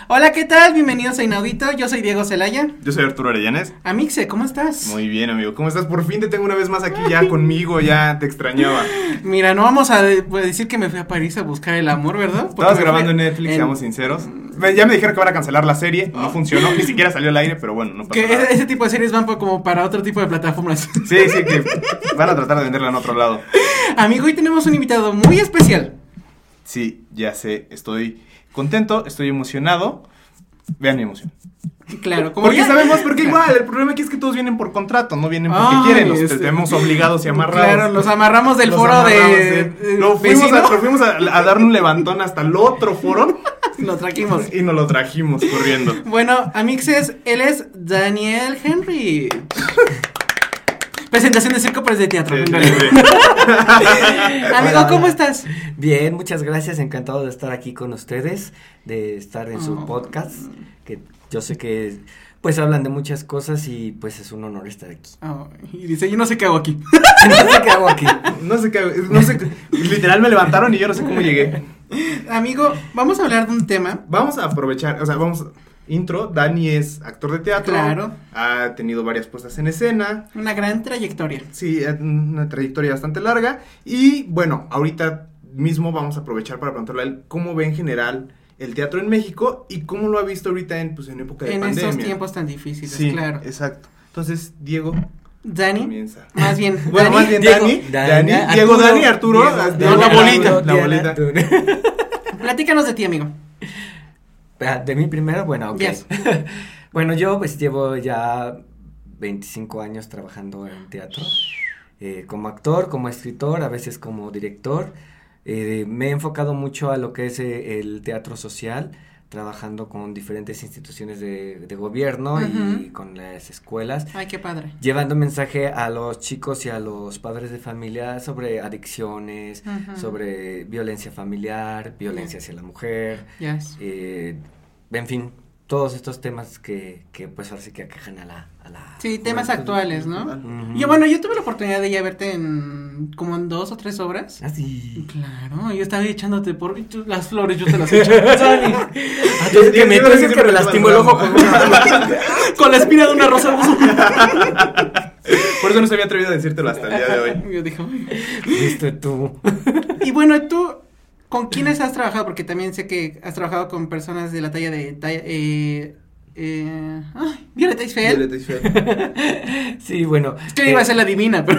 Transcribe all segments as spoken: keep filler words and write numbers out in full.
Hola, ¿qué tal? Bienvenidos a Inaudito, yo soy Diego Celaya. Yo soy Arturo Arellanes. Amixe, ¿cómo estás? Muy bien, amigo, ¿cómo estás? Por fin te tengo una vez más aquí ya conmigo, ya te extrañaba. Mira, no vamos a de- pues, decir que me fui a París a buscar el amor, ¿verdad? Porque Estabas me grabando fui en Netflix, en- seamos sinceros. Ya me dijeron que van a cancelar la serie, no funcionó, ni siquiera salió al aire, pero bueno, no pasa Que nada. ese, ese tipo de series van por- como para otro tipo de plataformas. Sí, sí, que van a tratar de venderla en otro lado. Amigo, hoy tenemos un invitado muy especial. Sí, ya sé, estoy contento, estoy emocionado. Vean mi emoción. Claro, como Porque ya- sabemos, porque Claro. igual, el problema aquí es que todos vienen por contrato, no vienen porque Ay, quieren, los este- tenemos obligados y amarrados. Claro, los amarramos del Los foro amarramos, de... sí. eh, Lo fuimos, vecino. a, lo fuimos a, a dar un levantón hasta el otro foro Lo trajimos. y nos lo trajimos corriendo. Bueno, amixes, él es Daniel Henry. Presentación de circo, pero es de teatro. Sí, en sí, realidad. sí. Amigo, Hola, ¿cómo hola. estás? Bien, muchas gracias, encantado de estar aquí con ustedes, de estar en su Oh. podcast, que yo sé que pues hablan de muchas cosas y pues es un honor estar aquí. Oh, y dice, yo no sé qué hago aquí. No sé qué hago aquí. No sé qué, no sé qué, literal me levantaron y yo no sé cómo llegué. Amigo, vamos a hablar de un tema. Vamos a aprovechar, o sea, vamos, intro, Dani es actor de teatro. Claro. Ha tenido varias puestas en escena. Una gran trayectoria. Sí, eh, una trayectoria bastante larga. Y bueno, ahorita mismo vamos a aprovechar para preguntarle a él cómo ve en general el teatro en México y cómo lo ha visto ahorita en, pues, en época de En pandemia. estos tiempos tan difíciles, Sí, claro. exacto. Entonces, Diego, Dani, comienza. más bien. Bueno, Dani, más bien Diego, Dani, Dani, Dani, Diego, Arturo, Dani, Arturo, Diego, ah, Diego, la Diana, bolita, la Diana, bolita. Arturo. platícanos de ti, amigo. Ah, De mí primero, bueno, ok. Yes. Bueno, yo pues llevo ya veinticinco años trabajando en teatro, eh, como actor, como escritor, a veces como director. Eh, me he enfocado mucho a lo que es eh, el teatro social, trabajando con diferentes instituciones de, de gobierno Ujú. y con las escuelas, Ay, qué padre. llevando mensaje a los chicos y a los padres de familia sobre adicciones, Ujú. sobre violencia familiar, violencia hacia la mujer, Yes. eh, en fin, todos estos temas que, que pues ahora sí que aquejan a la, a la Sí, temas juventud. actuales, ¿no? Ujú. Yo, bueno, yo tuve la oportunidad de ya verte en como en dos o tres obras. Ah, sí. Claro, yo estaba echándote por tú- las flores, yo te las echo. Dani. Ah, tú dices que me, Diego tú dices siempre que me me lastimo el toma ojo el con ramo. una... Con la espina de una rosa. Por eso no se había atrevido a decírtelo hasta el día de hoy. Yo dije, "Ay". Viste tú. Y bueno, tú, ¿con quiénes has trabajado? Porque también sé que has trabajado con personas de la talla de, talla, eh, eh, ay, Violeta Isfel. Violeta Isfel. Sí, bueno. Es que iba a ser la divina, pero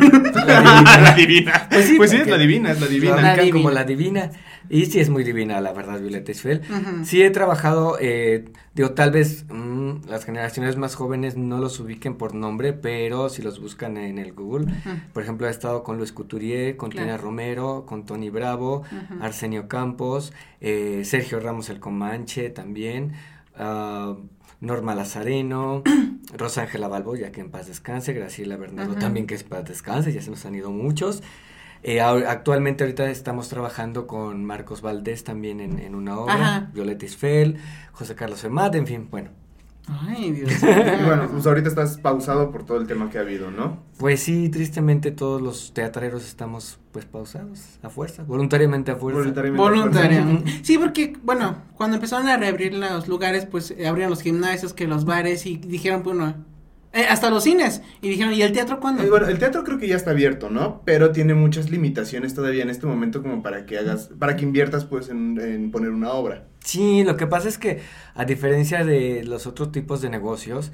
La divina. Pues sí, Pues sí, es porque la divina, es la La divina. La ubican divina. como la divina. Y sí es muy divina, la verdad, Violeta Isfel. Ujú. Sí he trabajado, eh, digo, tal vez mm, las generaciones más jóvenes no los ubiquen por nombre, pero si los buscan en el Google, Ujú. por ejemplo, he estado con Luis Couturier, con Claro. Tina Romero, con Tony Bravo, Ujú. Arsenio Campos, eh, Sergio Ramos el Comanche también, ah, Norma Lazareno, Rosa Ángela Balbo, ya que en paz descanse, Graciela Bernardo Ujú. también que en paz descanse, ya se nos han ido muchos. Eh, ahor- actualmente ahorita estamos trabajando con Marcos Valdés también en, en una obra, Ajá. Violeta Isfel, José Carlos Femat, en fin, bueno. Ay, Dios Y bueno, pues ahorita estás pausado por todo el tema que ha habido, ¿no? Pues sí, tristemente todos los teatreros estamos pues pausados, a fuerza, voluntariamente a fuerza. Voluntariamente. Voluntariamente. Sí, porque, bueno, cuando empezaron a reabrir los lugares, pues eh, abrieron los gimnasios, que los bares, y dijeron, bueno, eh, hasta los cines. Y dijeron, ¿y el teatro cuándo? Eh, bueno, el teatro creo que ya está abierto, ¿no? Pero tiene muchas limitaciones todavía en este momento como para que hagas, para que inviertas pues en, en poner una obra. Sí, lo que pasa es que a diferencia de los otros tipos de negocios,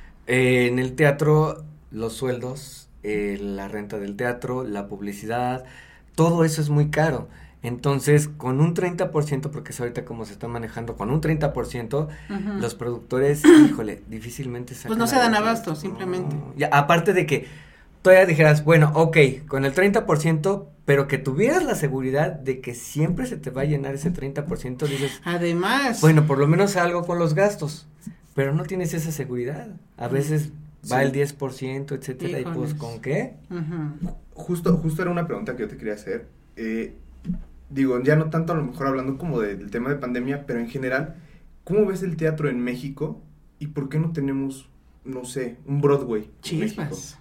eh, en el teatro los sueldos, eh, la renta del teatro, la publicidad, todo eso es muy caro. Entonces, con un treinta por ciento, porque es ahorita como se está manejando, con un treinta por ciento, Ujú. los productores, híjole, difícilmente sacan Pues no se dan adelante. abasto, simplemente. No, ya, aparte de que todavía dijeras, bueno, ok, con el treinta por ciento, pero que tuvieras la seguridad de que siempre se te va a llenar ese treinta por ciento, dices, Además. bueno, por lo menos algo con los gastos, pero no tienes esa seguridad. A veces va Sí. el diez por ciento, etcétera, y pues, Híjoles. ¿con qué? Ujú. Justo, justo era una pregunta que yo te quería hacer. Eh, digo, ya no tanto a lo mejor hablando como de- del tema de pandemia, pero en general, ¿cómo ves el teatro en México? ¿Y por qué no tenemos, no sé, un Broadway en México? Chispas.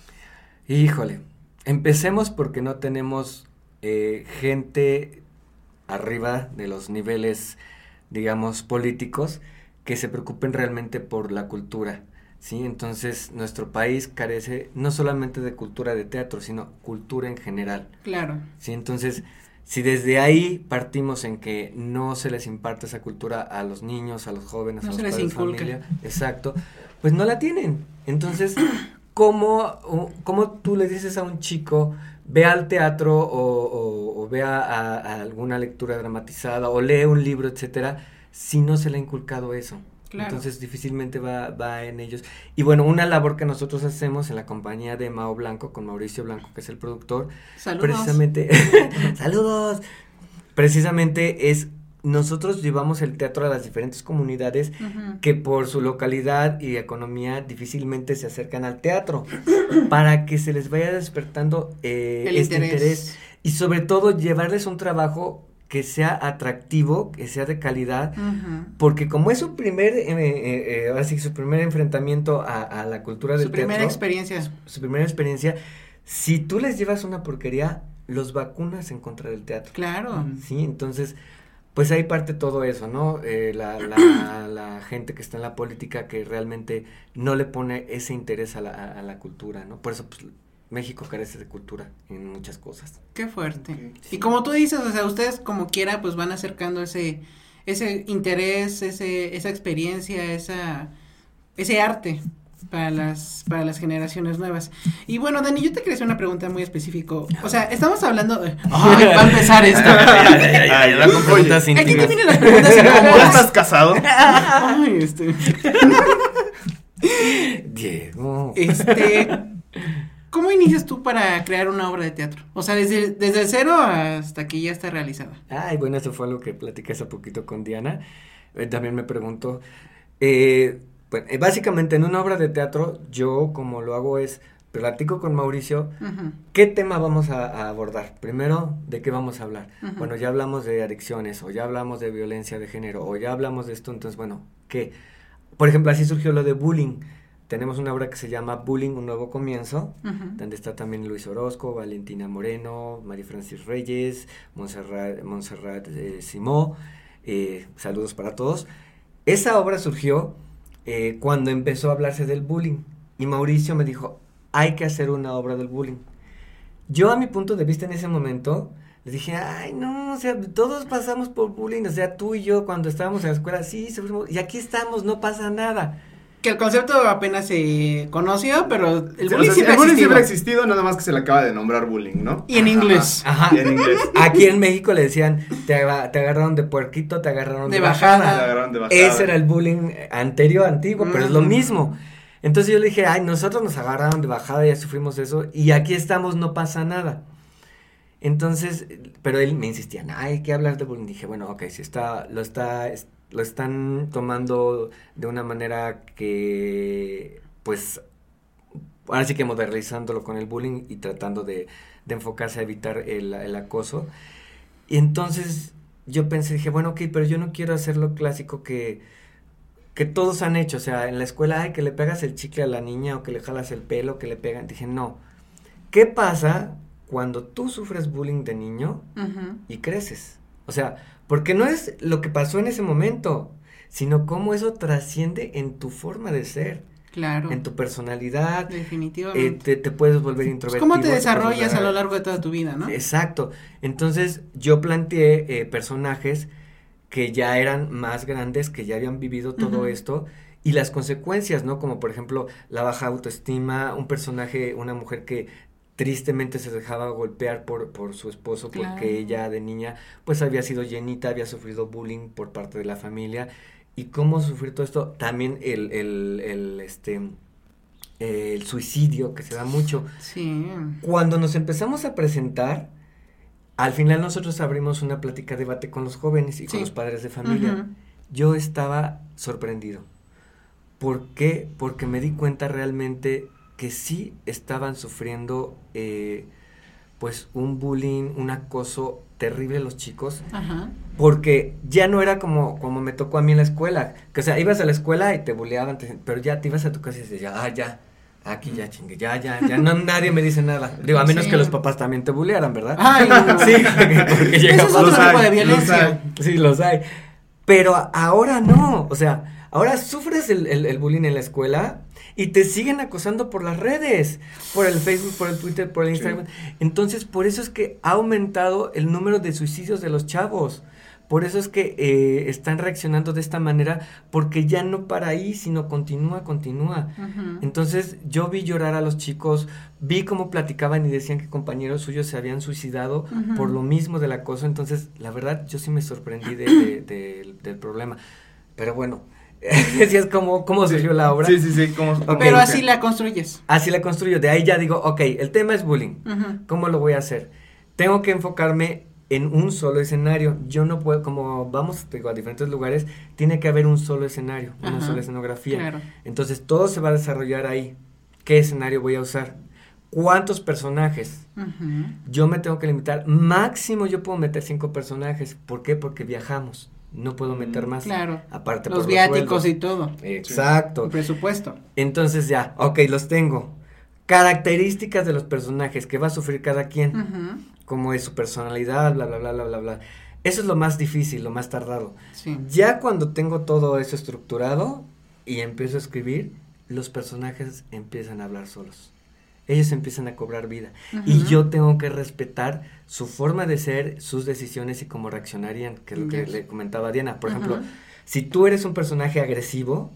Híjole, empecemos porque no tenemos eh, gente arriba de los niveles, digamos, políticos que se preocupen realmente por la cultura, ¿sí? Entonces, nuestro país carece no solamente de cultura de teatro, sino cultura en general. Claro. Sí, entonces, si desde ahí partimos en que no se les imparte esa cultura a los niños, a los jóvenes, no a los se les padres de inculca. familia, exacto, pues no la tienen. Entonces, ¿cómo, cómo tú le dices a un chico, ve al teatro o, o, o ve a, a, a alguna lectura dramatizada o lee un libro, etcétera, si no se le ha inculcado eso? Claro. Entonces difícilmente va, va en ellos. Y bueno, una labor que nosotros hacemos en la compañía de Mao Blanco, con Mauricio Blanco, que es el productor, Saludos. precisamente, saludos, precisamente es, nosotros llevamos el teatro a las diferentes comunidades uh-huh. que por su localidad y economía difícilmente se acercan al teatro, para que se les vaya despertando eh, el este interés. interés y sobre todo llevarles un trabajo que sea atractivo, que sea de calidad, uh-huh. porque como es su primer, eh, eh, eh, ahora sí, su primer enfrentamiento a, a la cultura del su teatro. Su primera experiencia. Su primera experiencia, si tú les llevas una porquería, los vacunas en contra del teatro. Claro. Sí, entonces, pues ahí parte todo eso, ¿no? Eh, la, la, la gente que está en la política que realmente no le pone ese interés a la, a, a la cultura, ¿no? Por eso, pues, México carece de cultura en muchas cosas. Qué fuerte. Okay. Y como tú dices, o sea, ustedes como quiera, pues van acercando ese, ese interés, ese, esa experiencia, esa, ese arte para las, para las generaciones nuevas. Y bueno, Dani, yo te quería hacer una pregunta muy específica. O sea, estamos hablando de... ¡Ay, va a empezar esto! Ay, la con preguntas Aquí íntimas. te vienen las preguntas incómodas. ¿Ya estás casado? Ay, este... Diego. Este... ¿Cómo inicias tú para crear una obra de teatro? O sea, desde, desde el cero hasta que ya está realizada. Ay, bueno, eso fue algo que platiqué hace poquito con Diana. Eh, también me preguntó, eh, bueno, eh, básicamente en una obra de teatro, yo como lo hago es, platico con Mauricio, Uh-huh. ¿qué tema vamos a, a abordar? Primero, ¿de qué vamos a hablar? Uh-huh. Bueno, ya hablamos de adicciones, o ya hablamos de violencia de género, o ya hablamos de esto, entonces, bueno, ¿qué? Por ejemplo, así surgió lo de bullying. Tenemos una obra que se llama Bullying, un nuevo comienzo, Uh-huh. donde está también Luis Orozco, Valentina Moreno, María Francis Reyes, Montserrat, Montserrat eh, Simó, eh, saludos para todos. Esa obra surgió eh, cuando empezó a hablarse del bullying, y Mauricio me dijo, hay que hacer una obra del bullying. Yo a mi punto de vista en ese momento, les dije, ay no, o sea, todos pasamos por bullying, o sea, tú y yo cuando estábamos en la escuela, sí, sufrimos, y aquí estamos, no pasa nada. Que el concepto apenas se conoció, pero el Sí, bullying o sea, siempre el bullying ha siempre ha existido. existido, nada más que se le acaba de nombrar bullying, ¿no? Y en inglés. Ajá. Y en inglés. Aquí en México le decían, te, aga- te agarraron de puerquito, te agarraron de, De bajada. bajada. Se agarraron de bajada. Ese era el bullying anterior, antiguo, pero es lo Ujú. mismo. Entonces yo le dije, ay, nosotros nos agarraron de bajada, ya sufrimos eso, y aquí estamos, no pasa nada. Entonces, pero él me insistía, no, hay que hablar de bullying. Dije, bueno, ok, si está, lo está, es- lo están tomando de una manera que, pues, ahora sí que modernizándolo con el bullying y tratando de, de enfocarse a evitar el, el acoso. Y entonces yo pensé, dije, bueno, ok, pero yo no quiero hacer lo clásico que, que todos han hecho, o sea, en la escuela, ay, que le pegas el chicle a la niña o que le jalas el pelo, que le pegan. Dije, no, ¿qué pasa cuando tú sufres bullying de niño Ujú. y creces? O sea, porque no es lo que pasó en ese momento, sino cómo eso trasciende en tu forma de ser, Claro. en tu personalidad, eh, Definitivamente. te, te puedes volver Pues, introvertido. ¿cómo te puedes desarrollas volver a lo largo de toda tu vida, no? Exacto. Entonces, yo planteé eh, personajes que ya eran más grandes, que ya habían vivido todo Ujú. esto, y las consecuencias, ¿no? Como por ejemplo, la baja autoestima, un personaje, una mujer que tristemente se dejaba golpear por, por su esposo, Claro. porque ella de niña, pues había sido llenita, había sufrido bullying por parte de la familia, y cómo sufrir todo esto, también el, el, el, este, el suicidio, que se da mucho. Sí. Cuando nos empezamos a presentar, al final nosotros abrimos una plática debate con los jóvenes y con Sí. los padres de familia. Ujú. Yo estaba sorprendido. ¿Por qué? Porque me di cuenta realmente que sí estaban sufriendo eh, pues un bullying, un acoso terrible los chicos, Ajá. porque ya no era como, como me tocó a mí en la escuela, que o sea, ibas a la escuela y te bulleaban, te- pero ya te ibas a tu casa y decías, ah, ya, aquí ya chingue, ya, ya, ya, no, nadie me dice nada, digo, a menos Sí. que los papás también te bullearan, ¿verdad? Ay, no. Sí, porque Eso llega es otro los tipo hay, de los violencia. hay. sí, los hay, pero a- ahora no, o sea, ahora sufres el, el, el bullying en la escuela y te siguen acosando por las redes, por el Facebook, por el Twitter, por el Instagram. Sí. Entonces, por eso es que ha aumentado el número de suicidios de los chavos. Por eso es que eh, están reaccionando de esta manera, porque ya no para ahí, sino continúa, continúa. Uh-huh. Entonces, yo vi llorar a los chicos, vi cómo platicaban y decían que compañeros suyos se habían suicidado uh-huh. por lo mismo del acoso. Entonces, la verdad, yo sí me sorprendí de, de, de, del problema. Pero bueno, así es como, cómo surgió la obra. Sí, sí, sí. ¿Cómo, okay. Pero así la construyes. Así la construyo. De ahí ya digo, ok, el tema es bullying. Uh-huh. ¿Cómo lo voy a hacer? Tengo que enfocarme en un solo escenario. Yo no puedo, como vamos digo, a diferentes lugares, tiene que haber un solo escenario, Ajá, una sola escenografía. Claro. Entonces, todo se va a desarrollar ahí. ¿Qué escenario voy a usar? ¿Cuántos personajes? Uh-huh. Yo me tengo que limitar. Máximo yo puedo meter cinco personajes. ¿Por qué? Porque viajamos. No puedo meter más. Claro. Aparte los por viáticos los y todo. Exacto. El presupuesto. Entonces ya, ok, los tengo. Características de los personajes que va a sufrir cada quien. Uh-huh. Como es su personalidad, bla, bla, bla, bla, bla, bla. Eso es lo más difícil, lo más tardado. Sí. Ya cuando tengo todo eso estructurado y empiezo a escribir, los personajes empiezan a hablar solos. Ellos empiezan a cobrar vida. Uh-huh. Y yo tengo que respetar su forma de ser, sus decisiones y cómo reaccionarían, que es lo que yes. le comentaba a Diana. Por uh-huh. ejemplo, si tú eres un personaje agresivo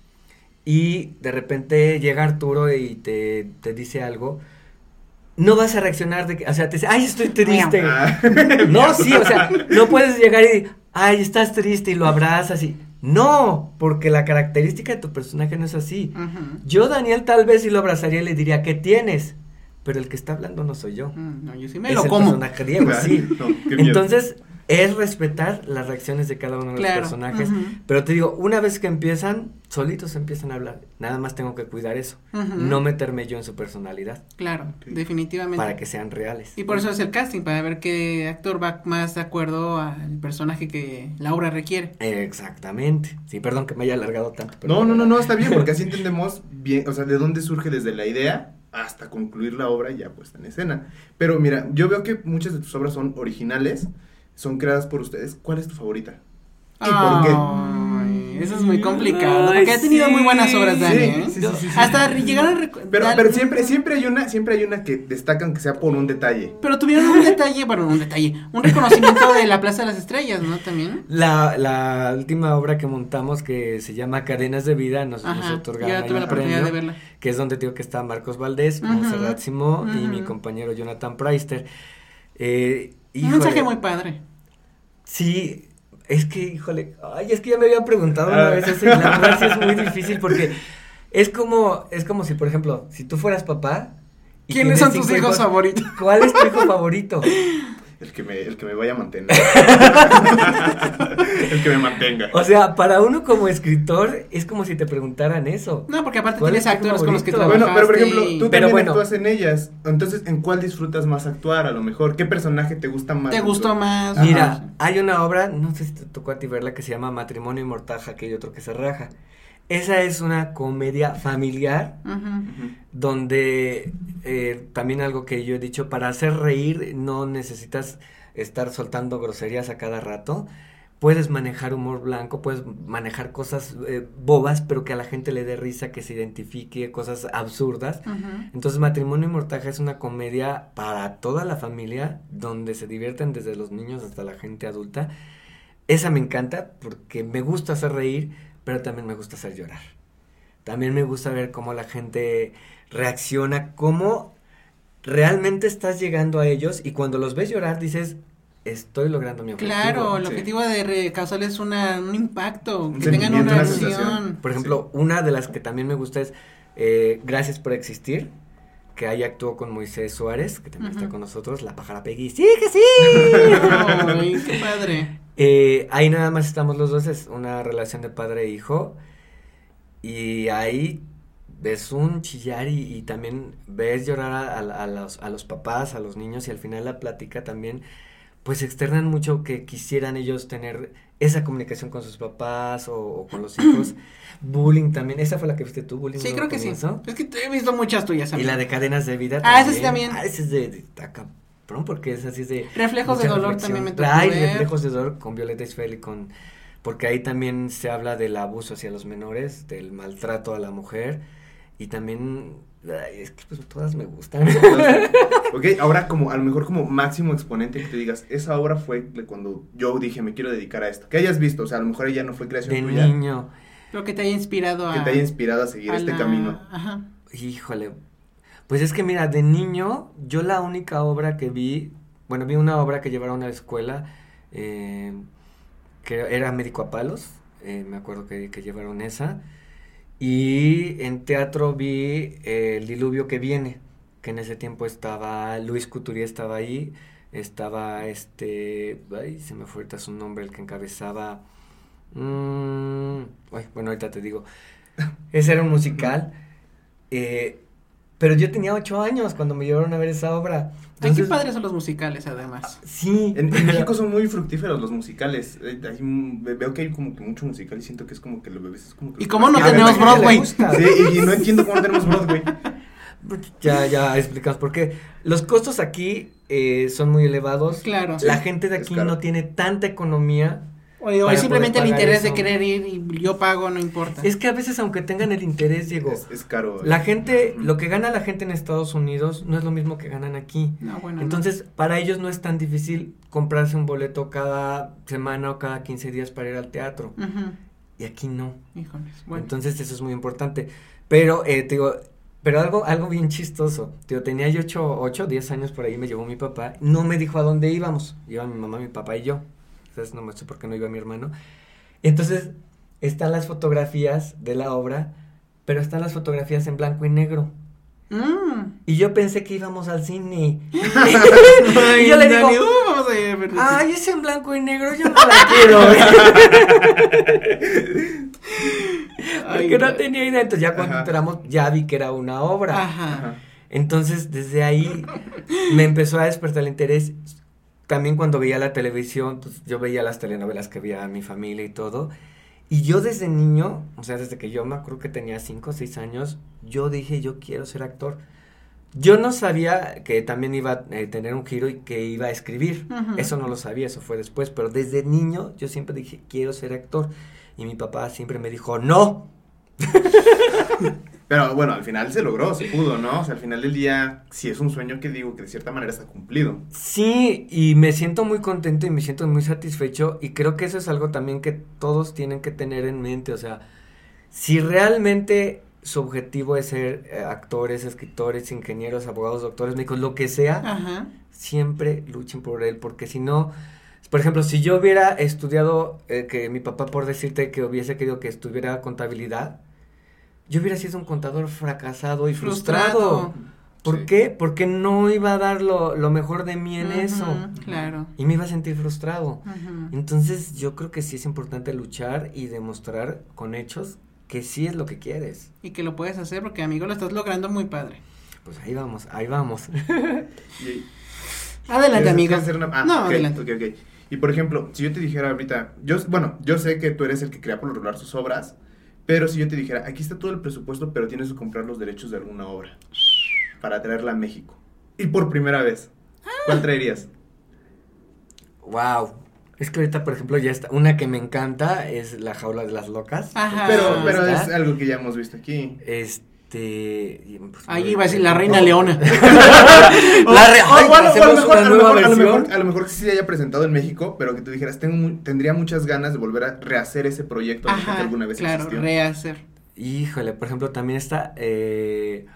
y de repente llega Arturo y te, te dice algo, no vas a reaccionar de que, o sea, te dice, ay, estoy triste. No, sí, o sea, no puedes llegar y, ay, estás triste y lo abrazas y, no, porque la característica de tu personaje no es así. Uh-huh. Yo, Daniel, tal vez sí lo abrazaría y le diría, ¿qué tienes? Pero el que está hablando no soy yo. Mm, no, yo sí me es lo el como. personaje Diego, sí. No, entonces, es respetar las reacciones de cada uno de claro. los personajes, uh-huh. pero te digo, una vez que empiezan, solitos empiezan a hablar, nada más tengo que cuidar eso, uh-huh. no meterme yo en su personalidad. Claro, okay. definitivamente. Para que sean reales. Y por eso es el casting, para ver qué actor va más de acuerdo al personaje que la obra requiere. Exactamente, sí, perdón que me haya alargado tanto. Pero no, no, no, no, está bien, porque así entendemos bien, o sea, de dónde surge desde la idea hasta concluir la obra ya puesta en escena. Pero mira, yo veo que muchas de tus obras son originales, son creadas por ustedes. ¿Cuál es tu favorita? ¿Y oh, por qué? Eso es muy complicado, porque ha tenido sí, muy buenas obras, Dani, ¿eh? Sí, sí, sí, sí, Hasta sí. llegar a... Recu- pero, pero siempre, siempre hay una, siempre hay una que destacan que sea por un detalle. Pero tuvieron un detalle, bueno, un detalle, un reconocimiento de la Plaza de las Estrellas, ¿no? También. La, la última obra que montamos, que se llama Cadenas de Vida, nos, Ajá, nos otorgaron ahí un premio, de verla. Que es donde digo que está Marcos Valdés, uh-huh, Montserrat Simó uh-huh. y mi compañero Jonathan Preister. Eh, un mensaje muy padre. Sí, es que, híjole, ay, es que ya me habían preguntado una vez eso y la verdad sí es muy difícil porque es como, es como si, por ejemplo, si tú fueras papá. ¿Quiénes son tus hijos, hijos favoritos? ¿Cuál es tu hijo favorito? El que me, el que me vaya a mantener. El que me mantenga. O sea, para uno como escritor es como si te preguntaran eso. No, porque aparte tienes actores con los que trabajaste. Bueno, pero por ejemplo, tú pero también bueno. actúas en ellas. Entonces, ¿en cuál disfrutas más actuar? A lo mejor, ¿qué personaje te gusta más? ¿Te gustó más? Mira, Ajá. hay una obra, no sé si te tocó a ti verla, que se llama Matrimonio y Mortaja, que hay otro que se raja. Esa es una comedia familiar, uh-huh. donde eh, también algo que yo he dicho, para hacer reír no necesitas estar soltando groserías a cada rato, puedes manejar humor blanco, puedes manejar cosas eh, bobas, pero que a la gente le dé risa, que se identifique, cosas absurdas. Uh-huh. Entonces, Matrimonio y Mortaja es una comedia para toda la familia, donde se divierten desde los niños hasta la gente adulta. Esa me encanta porque me gusta hacer reír, pero también me gusta hacer llorar. También me gusta ver cómo la gente reacciona, cómo realmente estás llegando a ellos y cuando los ves llorar dices, estoy logrando mi objetivo. Claro, el sí. objetivo de causarles una, un impacto, un que tengan una reacción. Por ejemplo, sí. una de las que también me gusta es eh, Gracias por existir, que ahí actuó con Moisés Suárez, que también uh-huh. está con nosotros, la pájara Peggy. ¡Sí, que sí! ¡Ay, qué padre! Eh, ahí nada más estamos los dos, es una relación de padre e hijo, y ahí ves un chillar y, y también ves llorar a, a, a, los, a los papás, a los niños, y al final la plática también, pues externan mucho que quisieran ellos tener esa comunicación con sus papás o, o con los hijos. Bullying también, ¿esa fue la que viste tú? Bullying. Sí, creo que sí, es que he visto muchas tuyas. Y la de Cadenas de Vida Ah, esa sí también. Ah, esa es de, de acá. Porque es así de... Reflejos de dolor reflexión. También me tocó Hay ver. Reflejos de dolor con Violeta Isfel y con porque ahí también se habla del abuso hacia los menores, del maltrato a la mujer, y también, ay, es que pues todas me gustan. Ok, ahora como, a lo mejor como máximo exponente que te digas, esa obra fue de cuando yo dije, me quiero dedicar a esto, que hayas visto, o sea, a lo mejor ella no fue creación De tuya. niño. Lo que te haya inspirado a... Que te haya inspirado a seguir a este la- camino. Ajá. Híjole, pues es que mira, de niño, yo la única obra que vi, bueno, vi una obra que llevaron a la escuela, eh, que era Médico a Palos, eh, me acuerdo que, que llevaron esa, y en teatro vi eh, El Diluvio que Viene, que en ese tiempo estaba, Luis Couturier estaba ahí, estaba este, ay, se me fue ahorita su nombre, el que encabezaba, mmm, ay, bueno, ahorita te digo, ese era un musical, eh, pero yo tenía ocho años cuando me llevaron a ver esa obra. Ay, Entonces, qué padres son los musicales, además. sí. En, en México son muy fructíferos los musicales. Eh, hay un- ve- veo que hay como que mucho musical y siento que es como que lo bebés es como que... ¿Y cómo no A la tenemos gente le Broadway? gusta. Sí, y, y no entiendo cómo no tenemos Broadway. Ya, ya explicamos por qué. Los costos aquí eh, son muy elevados. Claro. La Sí, gente de es aquí caro. no tiene tanta economía. O, o para simplemente el poder pagar interés de eso. querer ir y yo pago, no importa. Es que a veces aunque tengan el interés, Diego, Es, es caro. la gente, Ujú. lo que gana la gente en Estados Unidos no es lo mismo que ganan aquí. No, bueno, Entonces, para ellos no es tan difícil comprarse un boleto cada semana o cada quince días para ir al teatro. no. Ujú. Y aquí no. Híjoles, bueno. Entonces, eso es muy importante. Pero, eh, te digo, pero algo, algo bien chistoso. Te digo, tenía yo ocho, ocho, diez años por ahí, me llevó mi papá. No me dijo a dónde íbamos. Iba mi mamá, mi papá y yo. Entonces, no me sé por qué no iba mi hermano. Entonces, están las fotografías de la obra, pero están las fotografías en blanco y negro. Mm. Y yo pensé que íbamos al cine. Ay, y yo le digo, Dani, uh, vamos a ir a ver. ay, es en blanco y negro, yo no la quiero ver. Ay, Porque no Dani. tenía idea. Entonces, ya cuando Ajá. entramos, ya vi que era una obra. Ajá. Ajá. Entonces, desde ahí me empezó a despertar el interés. También cuando veía la televisión, pues yo veía las telenovelas que veía mi familia y todo. Y yo desde niño, o sea, desde que yo me acuerdo que tenía cinco o seis años, yo dije, yo quiero ser actor. Yo no sabía que también iba a eh, tener un giro y que iba a escribir. Ujú. Eso no lo sabía, eso fue después. Pero desde niño yo siempre dije, quiero ser actor. Y mi papá siempre me dijo, no. Pero bueno, al final se logró, se pudo, ¿no? O sea, al final del día, sí es un sueño que digo que de cierta manera está cumplido. Sí, y me siento muy contento y me siento muy satisfecho y creo que eso es algo también que todos tienen que tener en mente, o sea, si realmente su objetivo es ser eh, actores, escritores, ingenieros, abogados, doctores, médicos, lo que sea, Ajá. siempre luchen por él, porque si no, por ejemplo, si yo hubiera estudiado, eh, que mi papá por decirte que hubiese querido que estuviera contabilidad, yo hubiera sido un contador fracasado y frustrado. Frustrado. ¿Por Sí. qué? Porque no iba a dar lo, lo mejor de mí en Ujú, eso. Claro. Y me iba a sentir frustrado. Ujú. Entonces yo creo que sí es importante luchar y demostrar con hechos que sí es lo que quieres. Y que lo puedes hacer porque, amigo, lo estás logrando muy padre. Pues ahí vamos, ahí vamos. Y- Adelante, ¿Quieres- amigo. quieres hacer una- ah, No, ok, adelante. ok, ok. Y por ejemplo, si yo te dijera ahorita, yo, bueno, yo sé que tú eres el que crea por lo regular sus obras, pero si yo te dijera, aquí está todo el presupuesto, pero tienes que comprar los derechos de alguna obra para traerla a México. Y por primera vez, ¿cuál traerías? Wow. Es que ahorita, por ejemplo, ya está. Una que me encanta es La Jaula de las Locas. Ajá. Pero, pero ¿Está? es algo que ya hemos visto aquí. Este. y, pues, Ahí me- iba a decir me- la Reina no. Leona. La re- O- ay, o- o a lo- o a lo hacemos mejor- una a lo nueva mejor- a lo versión. mejor- a lo mejor que sí se haya presentado en México, pero que tú dijeras, tengo, mu- tendría muchas ganas de volver a rehacer ese proyecto que Ajá, alguna vez claro, existió. rehacer. Híjole, por ejemplo, también está. Eh,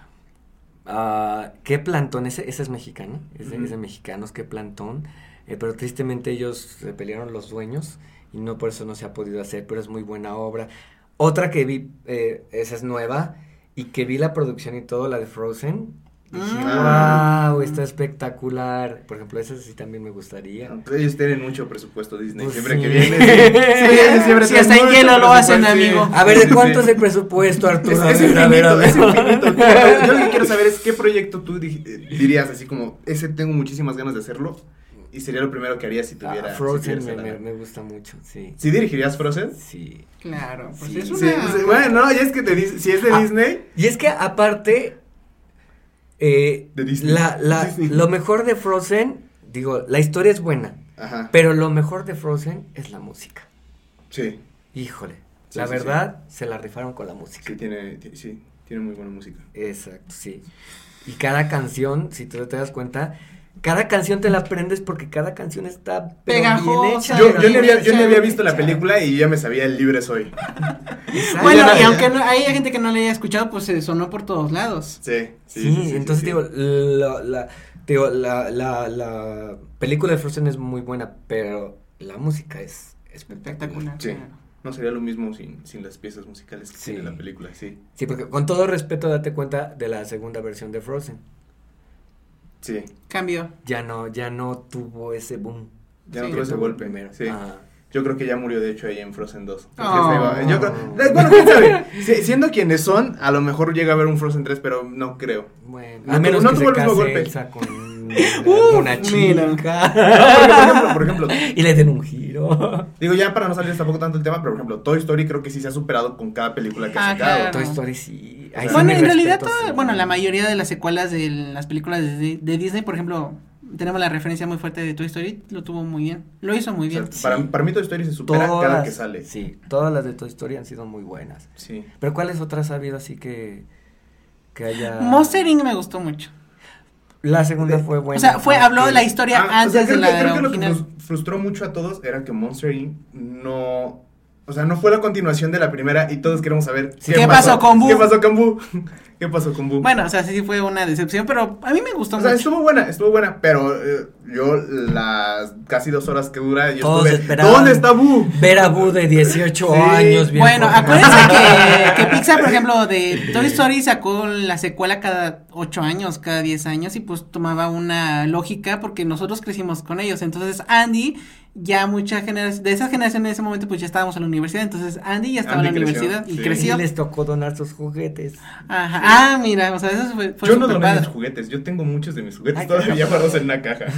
ah, ¿Qué plantón? Ese, ese es mexicano. Es de, Ujú. es de mexicanos, qué plantón. Eh, pero tristemente ellos se pelearon los dueños y no por eso no se ha podido hacer, pero es muy buena obra. Otra que vi, eh, esa es nueva, y que vi la producción y todo, la de Frozen. Dije, Ah. wow, está espectacular. Por ejemplo, esa sí también me gustaría. Aunque ellos tienen mucho presupuesto Disney, Pues siempre sí. que viene. Sí, sí, siempre Si traen hasta en mucho hielo lo hacen, presupuesto, amigo. A ver, Sí, ¿de sí, cuánto sí. es el presupuesto, Arturo? Es, A es ver, a ver, a infinito, es ver. infinito. Yo lo que quiero saber es qué proyecto tú di- dirías así como, ese tengo muchísimas ganas de hacerlo y sería lo primero que harías si tuviera. Ah, si Frozen tuvieras me, la me, lana. me gusta mucho, sí. ¿Sí dirigirías Frozen? Sí. Claro, pues Sí. es Sí, una... pues, bueno, no, ya es que te dice, si es de Ah. Disney, Y es que aparte, eh, De Disney. la, la, Disney. lo mejor de Frozen, digo, la historia es buena, ajá. pero lo mejor de Frozen es la música. Sí. Híjole, Sí, la sí, verdad, se la rifaron con la música. Sí, tiene, t- sí, tiene muy buena música. Exacto, sí. Y cada canción, si tú te das cuenta, cada canción te la aprendes porque cada canción está pero Pegajosa. bien hecha. Yo, Ay, yo, ni había, yo ni bien había visto la hecha. película y ya me sabía el Libre Soy. Exacto. Bueno, ya no- y aunque no, hay gente que no le haya escuchado, pues se sonó por todos lados. Sí, Sí, sí, sí, sí, entonces sí. digo, la, la, digo la, la, la película de Frozen es muy buena, pero la música es espectacular. Espectacular. Sí. Claro. No sería lo mismo sin, sin las piezas musicales que Sí. tiene la película, sí. Sí, porque con todo respeto date cuenta de la segunda versión de Frozen. Sí, Cambió. Ya no, ya no tuvo ese boom. ya Sí. no tuvo ese Tuvo golpe. primero. Sí. Ajá. Yo creo que ya murió, de hecho, ahí en Frozen dos. Porque Oh. se iba- yo creo- eh, bueno, quién sabe. Si- siendo quienes son, a lo mejor llega a haber un Frozen tres, pero no creo. Bueno, No a tu- menos no que tuvo se el mismo case golpe. Elsa con Uh, una mira. chica. Por ejemplo, por ejemplo, Y le den un giro. digo, ya para no salir tampoco tanto el tema, pero por ejemplo, Toy Story creo que sí se ha superado con cada película que ha Ah, sacado. claro. Toy Story sí. Ahí sí Bueno, mis en realidad, respetos, toda- sí. bueno, la mayoría de las secuelas de las películas de, de Disney, por ejemplo, tenemos la referencia muy fuerte de Toy Story, lo tuvo muy bien, lo hizo muy O sea, bien. para, Sí. para mí Toy Story se supera Todas, cada que sale. Sí, todas las de Toy Story han sido muy buenas. Sí. Pero ¿cuáles otras ha habido así que, que haya? Monster incorporated me gustó mucho. La segunda De- fue buena. O sea, fue, habló de la historia Ah, o antes sea, creo de que, la creo que lo que original. frus- frustró mucho a todos era que Monster incorporated no... O sea, no fue la continuación de la primera y todos queremos saber Sí. ¿Qué pasó con Boo? ¿Qué pasó con Boo? ¿Qué pasó con Boo? Bueno, o sea, sí, sí fue una decepción, pero a mí me gustó o sea, mucho. estuvo buena, estuvo buena, pero eh, yo las casi dos horas que dura, yo Todos estuve, esperaban ¿dónde está Boo? Ver a Boo de dieciocho Sí. años. bien Bueno, formado. acuérdense que, que Pixar, por ejemplo, de Toy Story sacó la secuela cada ocho años, cada diez años, y pues tomaba una lógica porque nosotros crecimos con ellos. Entonces, Andy, ya mucha generación, de esa generación en ese momento, pues ya estábamos en la universidad. Entonces, Andy ya estaba Andy en la creció, universidad y sí. creció. Y les tocó donar sus juguetes. Ajá. Ah, mira, o sea, eso fue, fue Yo no súper doné padre. mis juguetes, yo tengo muchos de mis juguetes Ay, todavía qué guardados en una caja.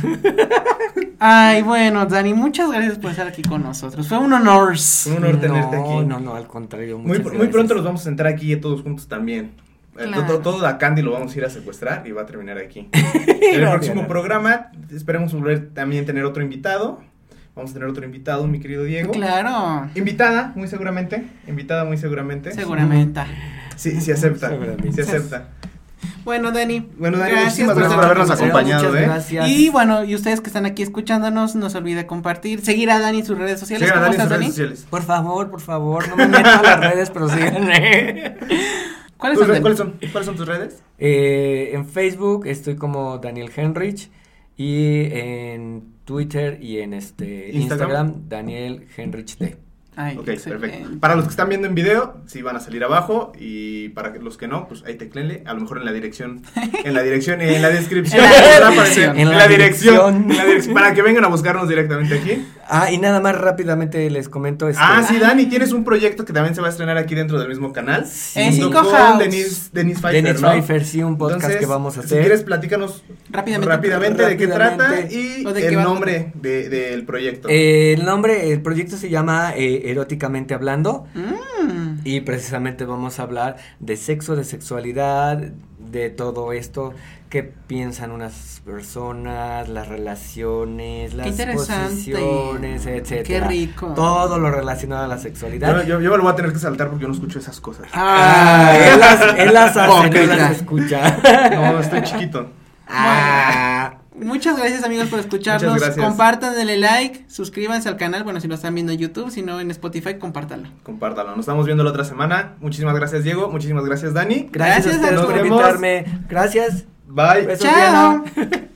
Ay, bueno, Dani, muchas gracias por estar aquí con nosotros. Fue un honor. Un honor tenerte no, aquí. No, no, al contrario. Muy, muchas muy gracias. pronto los vamos a sentar aquí todos juntos también. Eh, Claro. Todo, todo a Candy lo vamos a ir a secuestrar y va a terminar aquí. En el No, próximo no, no. programa esperemos volver también tener otro invitado. Vamos a tener otro invitado, mi querido Diego. Claro, Invitada, muy seguramente. Invitada, muy seguramente. seguramente. Sí, sí acepta. Seguramente. Sí acepta. Bueno, Dani. Bueno, Dani, muchísimas por gracias estar por habernos con nosotros. acompañado, Muchas ¿eh? gracias. Y bueno, y ustedes que están aquí escuchándonos, no se olvide compartir, seguir a Dani en sus redes sociales. Sigan a ¿Cómo Dani en estás, sus Dani? redes sociales. Por favor, por favor, no me metan a las redes, pero síganme. ¿Cuáles ¿Tus son, re- Dani? ¿Cuáles son, ¿Cuáles son tus redes? Eh, en Facebook estoy como Daniel Henrich y en Twitter y en este Instagram. Instagram, Daniel Henrich D. Ay, Ok, excelente. perfecto. Para los que están viendo en video, sí van a salir abajo y para que- los que no, pues ahí teclenle, a lo mejor en la dirección, en la dirección, en la descripción, En la va a descripción. aparecer, En en la la dirección, dirección. en la dirección, para que vengan a buscarnos directamente aquí. Ah, y nada más rápidamente les comento este. Ah, sí, Dani, tienes un proyecto que también se va a estrenar aquí dentro del mismo canal. Sí. En junto Cinco con House. Denise, Denise Pfeiffer, Dennis ¿no? Pfeiffer, sí, un podcast Entonces, que vamos a Si hacer. quieres, platícanos Rápidamente. rápidamente de qué Rápidamente. trata y ¿O de qué el va a nombre de- del proyecto. Eh, el nombre, el proyecto se llama eh, Eróticamente Hablando. Mm. Y precisamente vamos a hablar de sexo, de sexualidad, de todo esto, qué piensan unas personas, las relaciones, las interesante. posiciones, etcétera. Qué rico. Todo lo relacionado a la Yo, sexualidad. yo, yo me lo voy a tener que saltar porque yo no escucho esas cosas. Ah, él las, él las hace, no Hipócrita. las escucha. No, estoy chiquito. Ah. Muchas gracias, amigos, por escucharnos. Muchas gracias. Compartan, denle like, suscríbanse al canal. Bueno, si lo están viendo en YouTube, si no en Spotify, compártanlo. Compártalo. Nos estamos viendo la otra semana. Muchísimas gracias, Diego. Muchísimas gracias, Dani. Gracias, Gracias a ustedes a por todos. invitarme. Gracias. Bye. Besos, Chao. Diana.